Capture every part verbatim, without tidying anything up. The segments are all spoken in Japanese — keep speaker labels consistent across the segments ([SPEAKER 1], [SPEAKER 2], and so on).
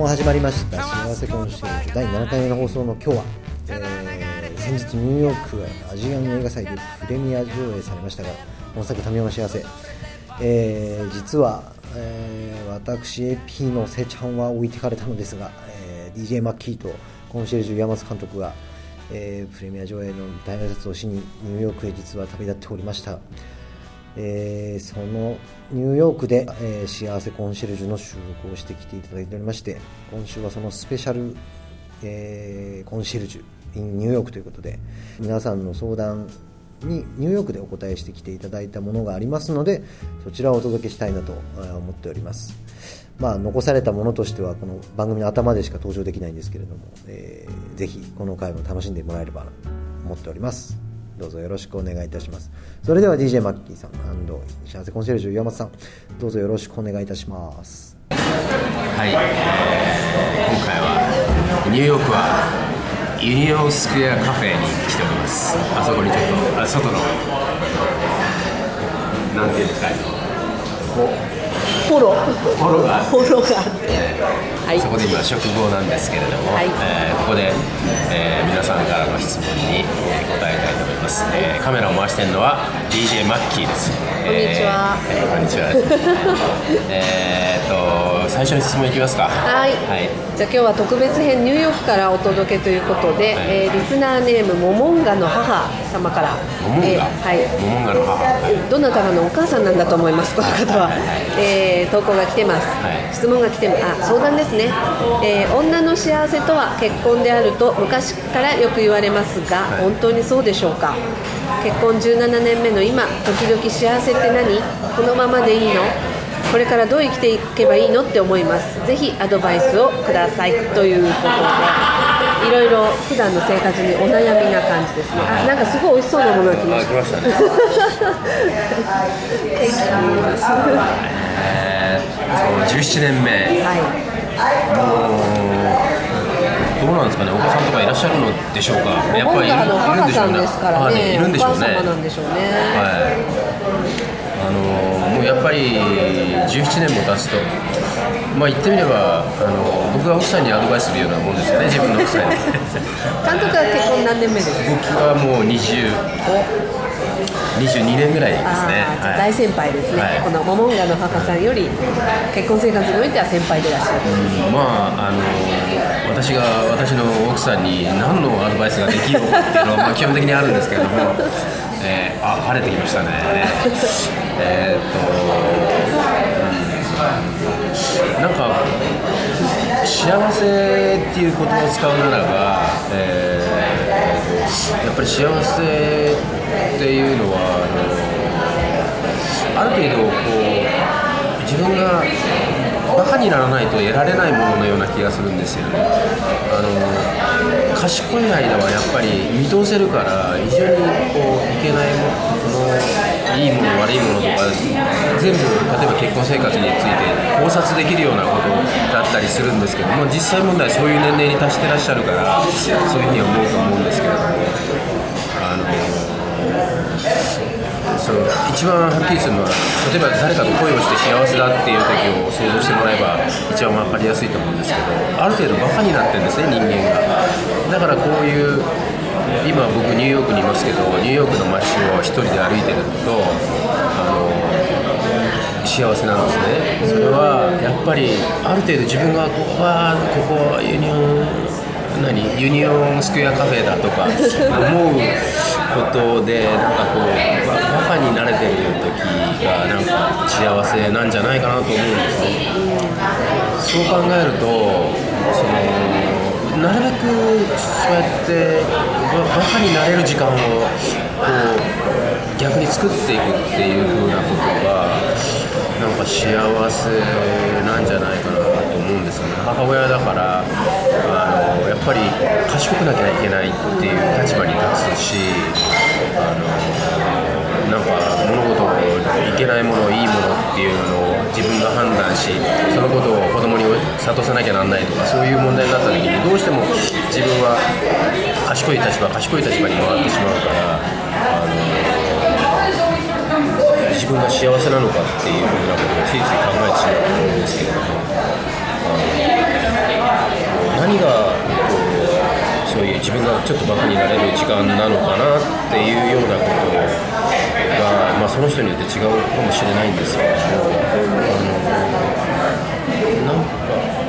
[SPEAKER 1] 始まりました幸せコンシェルジュだいななかいめの放送の今日は、えー、先日ニューヨークアジアン映画祭でプレミア上映されましたが、本作民山幸せ、えー、実は、えー、私 エーピー のせちゃんは置いてかれたのですが、えー、ディージェー マッキーとコンシェルジュ岩松監督が、えー、プレミア上映の大挨拶をしにニューヨークへ実は旅立っておりました。えー、そのニューヨークで、えー、幸せコンシェルジュの収録をしてきていただいておりまして、今週はそのスペシャル、えー、コンシェルジュ in ニューヨークということで、皆さんの相談にニューヨークでお答えしてきていただいたものがありますので、そちらをお届けしたいなと思っております。まあ、残されたものとしてはこの番組の頭でしか登場できないんですけれども、えー、ぜひこの回も楽しんでもらえればと思っております。どうぞよろしくお願いいたします。それでは ディージェー マッキーさん&幸せコンシェルジュ岩松さん、どうぞよろしくお願いいたします。
[SPEAKER 2] はい、えー、今回はニューヨークはユニオンスクエアカフェに来ております。あそこにちょっとあ外のなんていうんですか、
[SPEAKER 3] フォロ
[SPEAKER 2] フォロが
[SPEAKER 3] フォロがあって、はい、
[SPEAKER 2] そこで今食後なんですけれども、はい、えー、ここで、えー、皆さんからの質問に、えー、答えたいと思います。えー、カメラを回しているのは ディージェー マッキーです。
[SPEAKER 3] こんにちは。
[SPEAKER 2] えー、こんにちは。えーと最初に質問いきますか。
[SPEAKER 3] はい、はい、じゃあ今日は特別編ニューヨークからお届けということで、はい、えー、リスナーネームモモンガの母様から、
[SPEAKER 2] モモンガ、えー、はい、モモンガの母、
[SPEAKER 3] どなたかのお母さんなんだと思います、この方は。はいはいはい、えー、投稿が来てます。はい、質問が来てます。あ、相談ですね。えー、女の幸せとは結婚であると昔からよく言われますが、はい、本当にそうでしょうか。結婚じゅうななねんめの今、時々幸せって何？このままでいいの？これからどう生きていけばいいのって思います。ぜひアドバイスをくださいということで、いろいろ普段の生活にお悩みな感じですね。あ、なんかすごい美味しそうなものが来ました。
[SPEAKER 2] あ、来ましたね。えー、じゅうななねんめ、はい、もうどうなんですかね、お子さんとかいらっしゃるのでしょうか。やっぱりいるんでしょうね。あ、ね、いるんでしょうね。
[SPEAKER 3] お母様なんでしょうね。
[SPEAKER 2] はい、あのもうやっぱりじゅうななねんも経つと、まあ言ってみれば、あの僕が奥さんにアドバイスするようなもんですよね、自分の奥さんに。
[SPEAKER 3] 監督は結婚何年目ですか？
[SPEAKER 2] 僕はもうにじゅう、にじゅうにねんぐらいですね。
[SPEAKER 3] はい、大先輩ですね。はい、このモモンガの母さんより結婚生活においては先輩でいらっしゃる。
[SPEAKER 2] うん、まああの私が私の奥さんに何のアドバイスができようかっていうのは、まあ基本的にあるんですけれども、えー、あ、晴れてきましたね。えっと、うん、なんか幸せっていう言葉を使うならば、えー、やっぱり幸せっていうのはあのある程度こう自分がバカにならないと得られないもののような気がするんですよね。あの賢い間はやっぱり見通せるから非常にこういけないもの、いいもの悪いものとか全部例えば結婚生活について考察できるようなことだったりするんですけども、実際問題そういう年齢に達してらっしゃるからそういうふうに思うと思うんですけれども、あのその一番はっきりするのは、例えば誰かと恋をして幸せだっていう時を想像してもらえば一番分かりやすいと思うんですけど、ある程度バカになってるんですね、人間が。だからこういう今僕ニューヨークにいますけど、ニューヨークの街を一人で歩いてるとあの幸せなんですね。それはやっぱりある程度自分がここはここはユニオン何ユニオンスクエアカフェだとか思うことで、なんかこうバカに慣れてる時がなんか幸せなんじゃないかなと思うんですね。そう考えるとそのなるべくそうやってバカになれる時間をこう逆に作っていくっていう風なことがなんか幸せなんじゃないかなと思うんですよね。母親だからあのやっぱり賢くなきゃいけないっていう立場に立つし、あのなんか物事をいけないものいいものっていうのを自分が判断し、そのことを子供に諭さなきゃなんないとか、そういう問題になった時にどうしても自分は賢い立場賢い立場に回ってしまうから、あの自分が幸せなのかっていうふうなことをついつい考えてしまうと思うんですけれども、あの自分がちょっとバカになれる時間なのかなっていうようなことが、まあ、その人によって違うかもしれないんですけども、あのなんか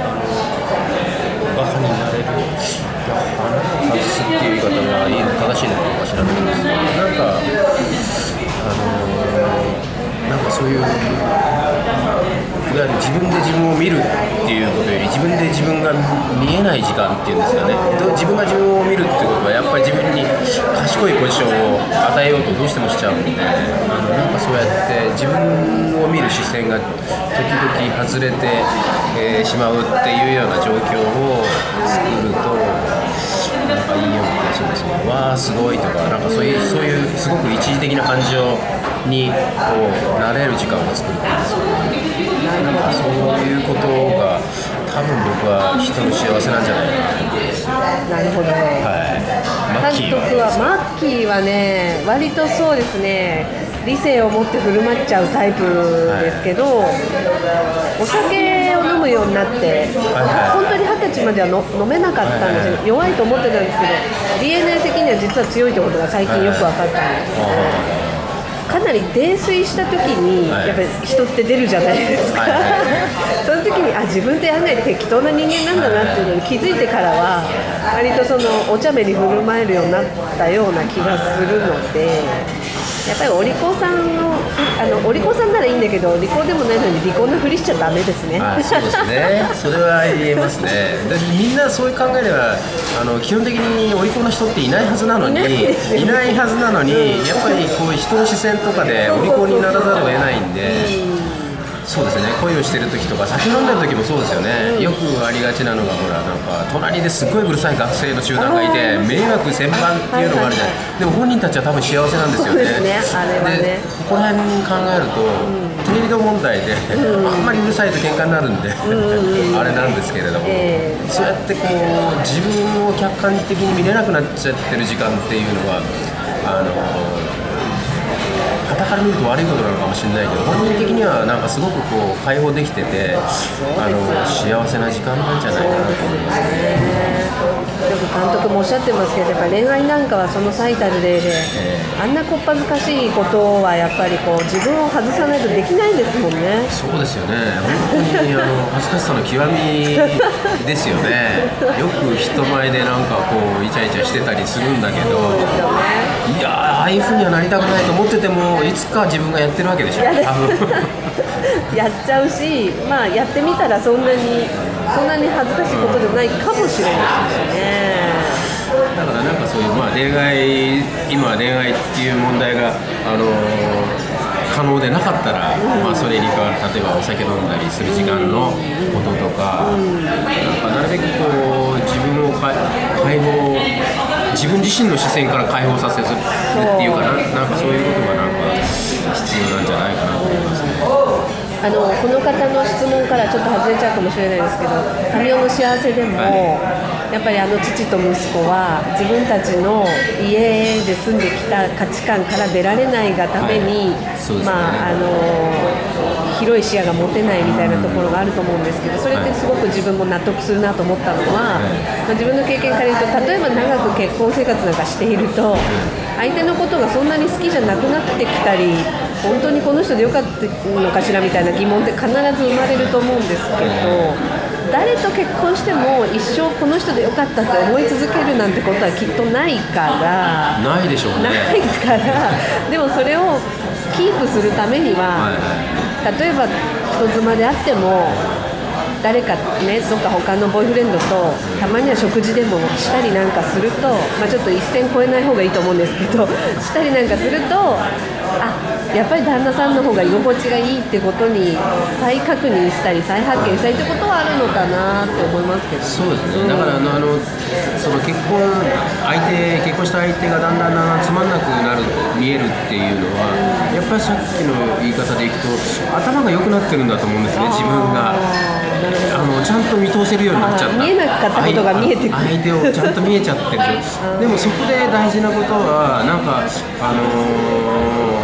[SPEAKER 2] バカになれる、まあ、花を外すっていう言い方がいいの正しいのか知らないんですけど、なんかあのなんかそういういわゆる自分で自分を見るっていうことより自分で自分が見えない時間っていうんですかね、自分が自分を見るってことはやっぱり自分に賢いポジションを与えようとどうしてもしちゃうんで、あのなんかそうやって自分を見る視線が時々外れて、えー、しまうっていうような状況を作るとなんかいいような気がするんですよ。わーすごいとか、なんかそういう、そういうすごく一時的な感情にこうなれる時間を作るっていうんですよね。なんかそういうことが多分僕は人の幸せなんじゃないかなと思います。
[SPEAKER 3] なるほど、はい、監督はマッキーはね割とそうですね、理性を持って振る舞っちゃうタイプですけど、はい、お酒を飲むようになって、はいはい、本当に二十歳まではの飲めなかったんですよ、はいはい、弱いと思ってたんですけど ディーエヌエー 的には実は強いってことが最近よく分かったんですよ、はい、かなり泥酔した時にやっぱり人って出るじゃないですか、はいはい、その時にあ自分ってやんないで適当な人間なんだなっていうのに気づいてからは割とそのお茶目に振る舞えるようになったような気がするので、やっぱりお利口さんのあのお利口さんならいいんだけど利口でもないのに利口なふりしちゃダメですね。
[SPEAKER 2] あそうですね、それは言えますね。でみんなそういう考えではあの基本的にお利口な人っていないはずなのにいない、いないはずなのに、うん、やっぱりこう人の視線とかでお利口にならざるを得ないんで、そうですね、恋をしてる時とか酒飲んでる時もそうですよね、うん、よくありがちなのがほらなんか隣ですごいうるさい学生の集団がいて迷惑千万っていうのがあるじゃない、はいはいはい、でも本人たちは多分幸せなんですよね。
[SPEAKER 3] そうですね、あれはね。で
[SPEAKER 2] ここら辺考えると、うん、程度問題で、うん、あんまりうるさいと喧嘩になるんで、うん、あれなんですけれども、えー、そうやってこう自分を客観的に見れなくなっちゃってる時間っていうのはあの傍から見ると悪いことなのかもしれないけど、本人的にはなんかすごくこう解放できてて、あの幸せな時間なんじゃないかなと思いますね。
[SPEAKER 3] よく監督もおっしゃってますけど、やっぱ恋愛なんかはその最たる例で、えー、あんなこっぱずかしいことはやっぱりこう自分を外さないとできないんですもんね。
[SPEAKER 2] そうですよね、本当にあの恥ずかしさの極みですよね。よく人前でなんかこうイチャイチャしてたりするんだけど、いやああいう風にはなりたくないと思っててもいつか自分がやってるわけでしょ、多分
[SPEAKER 3] やっちゃうし、まあ、やってみたらそんなにそんなに恥ずかしいことでもないかもしれないですね。
[SPEAKER 2] だからなんかそういう、まあ、恋愛今恋愛っていう問題が、あのー可能でなかったら、うんまあ、それに代わる例えばお酒飲んだりする時間のこととか、うん、なんかなるべくこう自分を解放自分自身の視線から解放させるっていうかな、なんかそういうことがなんか必要なんじゃないかなと思いますね。
[SPEAKER 3] あのこの方の質問からちょっと外れちゃうかもしれないですけど、民生の幸せでも、はい、やっぱりあの父と息子は自分たちの家で住んできた価値観から出られないがために、はいねまあ、あの広い視野が持てないみたいなところがあると思うんですけど、それってすごく自分も納得するなと思ったのは、はいまあ、自分の経験から言うと、例えば長く結婚生活なんかしていると相手のことがそんなに好きじゃなくなってきたり、本当にこの人でよかったのかしらみたいな疑問って必ず生まれると思うんですけど、誰と結婚しても一生この人でよかったって思い続けるなんてことはきっとないから
[SPEAKER 2] ないでしょうね。
[SPEAKER 3] ないからでもそれをキープするためには、はいはい、例えば人妻であっても誰かね、どっか他のボーイフレンドとたまには食事でもしたりなんかすると、まあ、ちょっと一線越えない方がいいと思うんですけどしたりなんかすると、あ、やっぱり旦那さんの方が居心地がいいってことに再確認したり再発見したりってことはあるのかなって思いますけど、
[SPEAKER 2] そうですね、うん、だからあのあのその結婚相手結婚した相手がだんだんだんだんつまんなくなる見えるっていうのは、うん、やっぱりさっきの言い方でいくと頭が良くなってるんだと思うんですね、自分があのちゃんと見通せるようになっちゃった、
[SPEAKER 3] 見えなかったことが見えてくる、
[SPEAKER 2] 相手をちゃんと見えちゃってるでもそこで大事なことはなんかあのー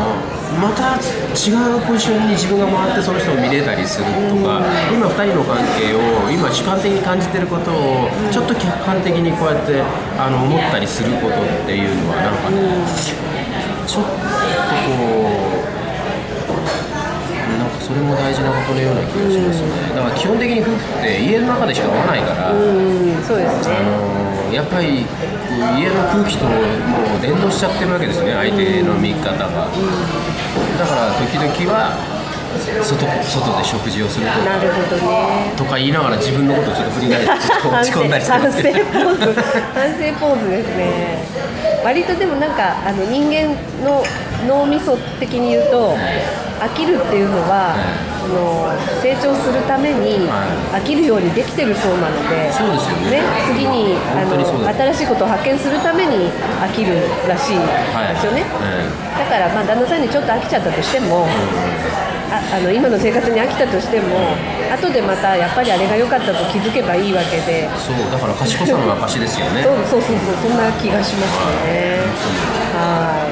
[SPEAKER 2] また違うポジションに自分が回ってその人を見れたりするとか、今ふたりの関係を今主観的に感じてることをちょっと客観的にこうやってあの思ったりすることっていうのはなんかね、ちょっとこうなんかそれも大事なことのような気がしますね。だから基本的に夫婦って家の中でしか会わないから、
[SPEAKER 3] うんそうですね、
[SPEAKER 2] あのやっぱり家の空気ともう連動しちゃってるわけですね、相手の見方が。だから時々は外, 外で食事をするとか、
[SPEAKER 3] なるほどね、
[SPEAKER 2] とか言いながら自分のことをちょっと振り返ってちょっと落ち込んだりしてますけど
[SPEAKER 3] 反省ポーズ反省ポーズですね。割とでもなんかあの人間の脳みそ的に言うと、飽きるっていうのは、その成長するために飽きるようにできてるそうなので、
[SPEAKER 2] そうですよね、
[SPEAKER 3] 次にあの新しいことを発見するために飽きるらしいですよね、はい、だからまあ旦那さんにちょっと飽きちゃったとしても、ああの今の生活に飽きたとしても、後でまたやっぱりあれが良かったと気づけばいいわけで、
[SPEAKER 2] そうだから賢さの証ですよね
[SPEAKER 3] そうそうそうそう、そんな気がしますね。はい、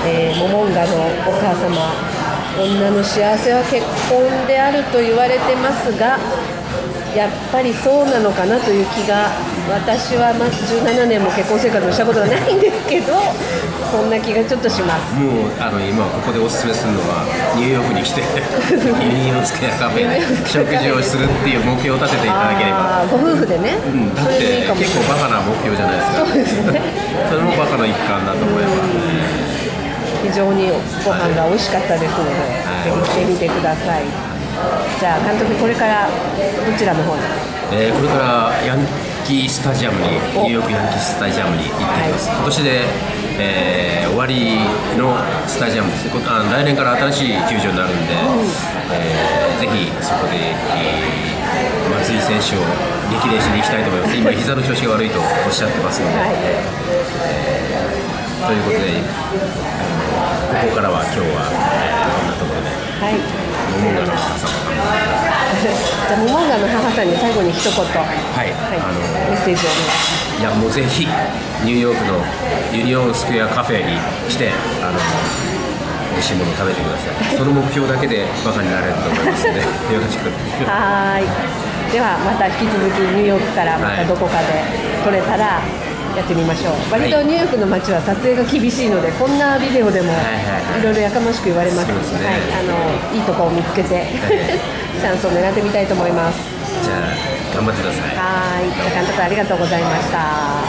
[SPEAKER 3] えー、モモンガのお母様、女の幸せは結婚であると言われてますが、やっぱりそうなのかなという気が、私はまじゅうななねんも結婚生活をしたことはないんですけど、そんな気がちょっとします。
[SPEAKER 2] もうあの今ここでおすすめするのはニューヨークに来てユニオンスクエアカフェで食事をするっていう目標を立てていただければ、
[SPEAKER 3] ご夫婦でね、
[SPEAKER 2] うん、だって
[SPEAKER 3] いいかも
[SPEAKER 2] 結構バカな目標じゃないですか。
[SPEAKER 3] そうですね
[SPEAKER 2] それもバカの一環だと思えば、
[SPEAKER 3] 非常にご飯が美味しかったですので、
[SPEAKER 2] はい、
[SPEAKER 3] ぜひ来てみてください。じゃあ監督、これからどちらの方に？
[SPEAKER 2] えー、これからヤンキースタジアムに、ニューヨークヤンキースタジアムに行ってきます、はい、今年で、えー、終わりのスタジアムです。あの来年から新しい球場になるんで、うんえー、ぜひそこで、えー、松井選手を激励しに行きたいと思います。今膝の調子が悪いとおっしゃってますので、はいえー、ということで、ここからは今日はこんなところで、はい、モモンガの母様
[SPEAKER 3] じゃあモモンガの母さんに最後に一言、はい
[SPEAKER 2] はい、
[SPEAKER 3] あのメッセージをお願いします。
[SPEAKER 2] いやもうぜひニューヨークのユニオンスクエアカフェに来て、あの美味しいものを食べてください。その目標だけでバカになれると思いますのでよろしくお願いします。
[SPEAKER 3] はい、ではまた引き続きニューヨークからまたどこかで撮れたらやってみましょう。割とニューヨークの街は撮影が厳しいので、こんなビデオでもいろいろやかましく言われますので、はい、あのいいとこを見つけてチャンスを狙ってみたいと思います。
[SPEAKER 2] じゃあ頑張ってください。
[SPEAKER 3] はい、監督ありがとうございました。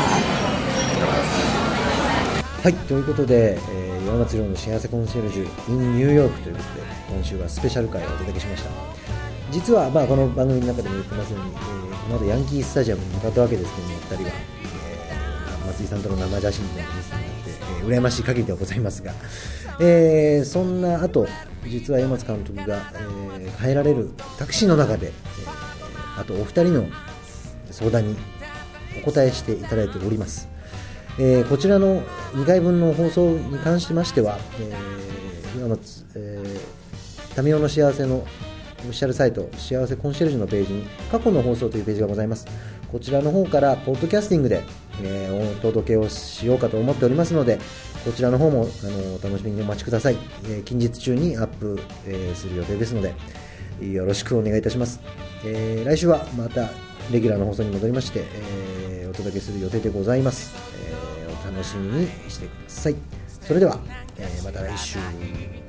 [SPEAKER 1] はい、ということで、えー、岩松亮の幸せコンシェルジュ in ニューヨークということで、今週はスペシャル回をお届けしました。実は、まあ、この番組の中でも言ってますように、えー、この後ヤンキースタジアムに向かったわけですけども、ふたりは、えー、松井さんとの生写真みたいなニュースになって、えー、羨ましい限りではございますが、えー、そんな後、実は岩松監督が、えー、帰られるタクシーの中で、えー、あとお二人の相談にお答えしていただいております。えー、こちらのにかいぶんの放送に関しましては、えー、岩松、えー、民生の幸せのオフィシャルサイト幸せコンシェルジュのページに過去の放送というページがございます。こちらの方からポッドキャスティングで、えー、お届けをしようかと思っておりますので、こちらの方もあのお楽しみにお待ちください。えー、近日中にアップ、えー、する予定ですのでよろしくお願いいたします。えー、来週はまたレギュラーの放送に戻りまして、えー、お届けする予定でございます。えー、お楽しみにしてください。それでは、えー、また来週。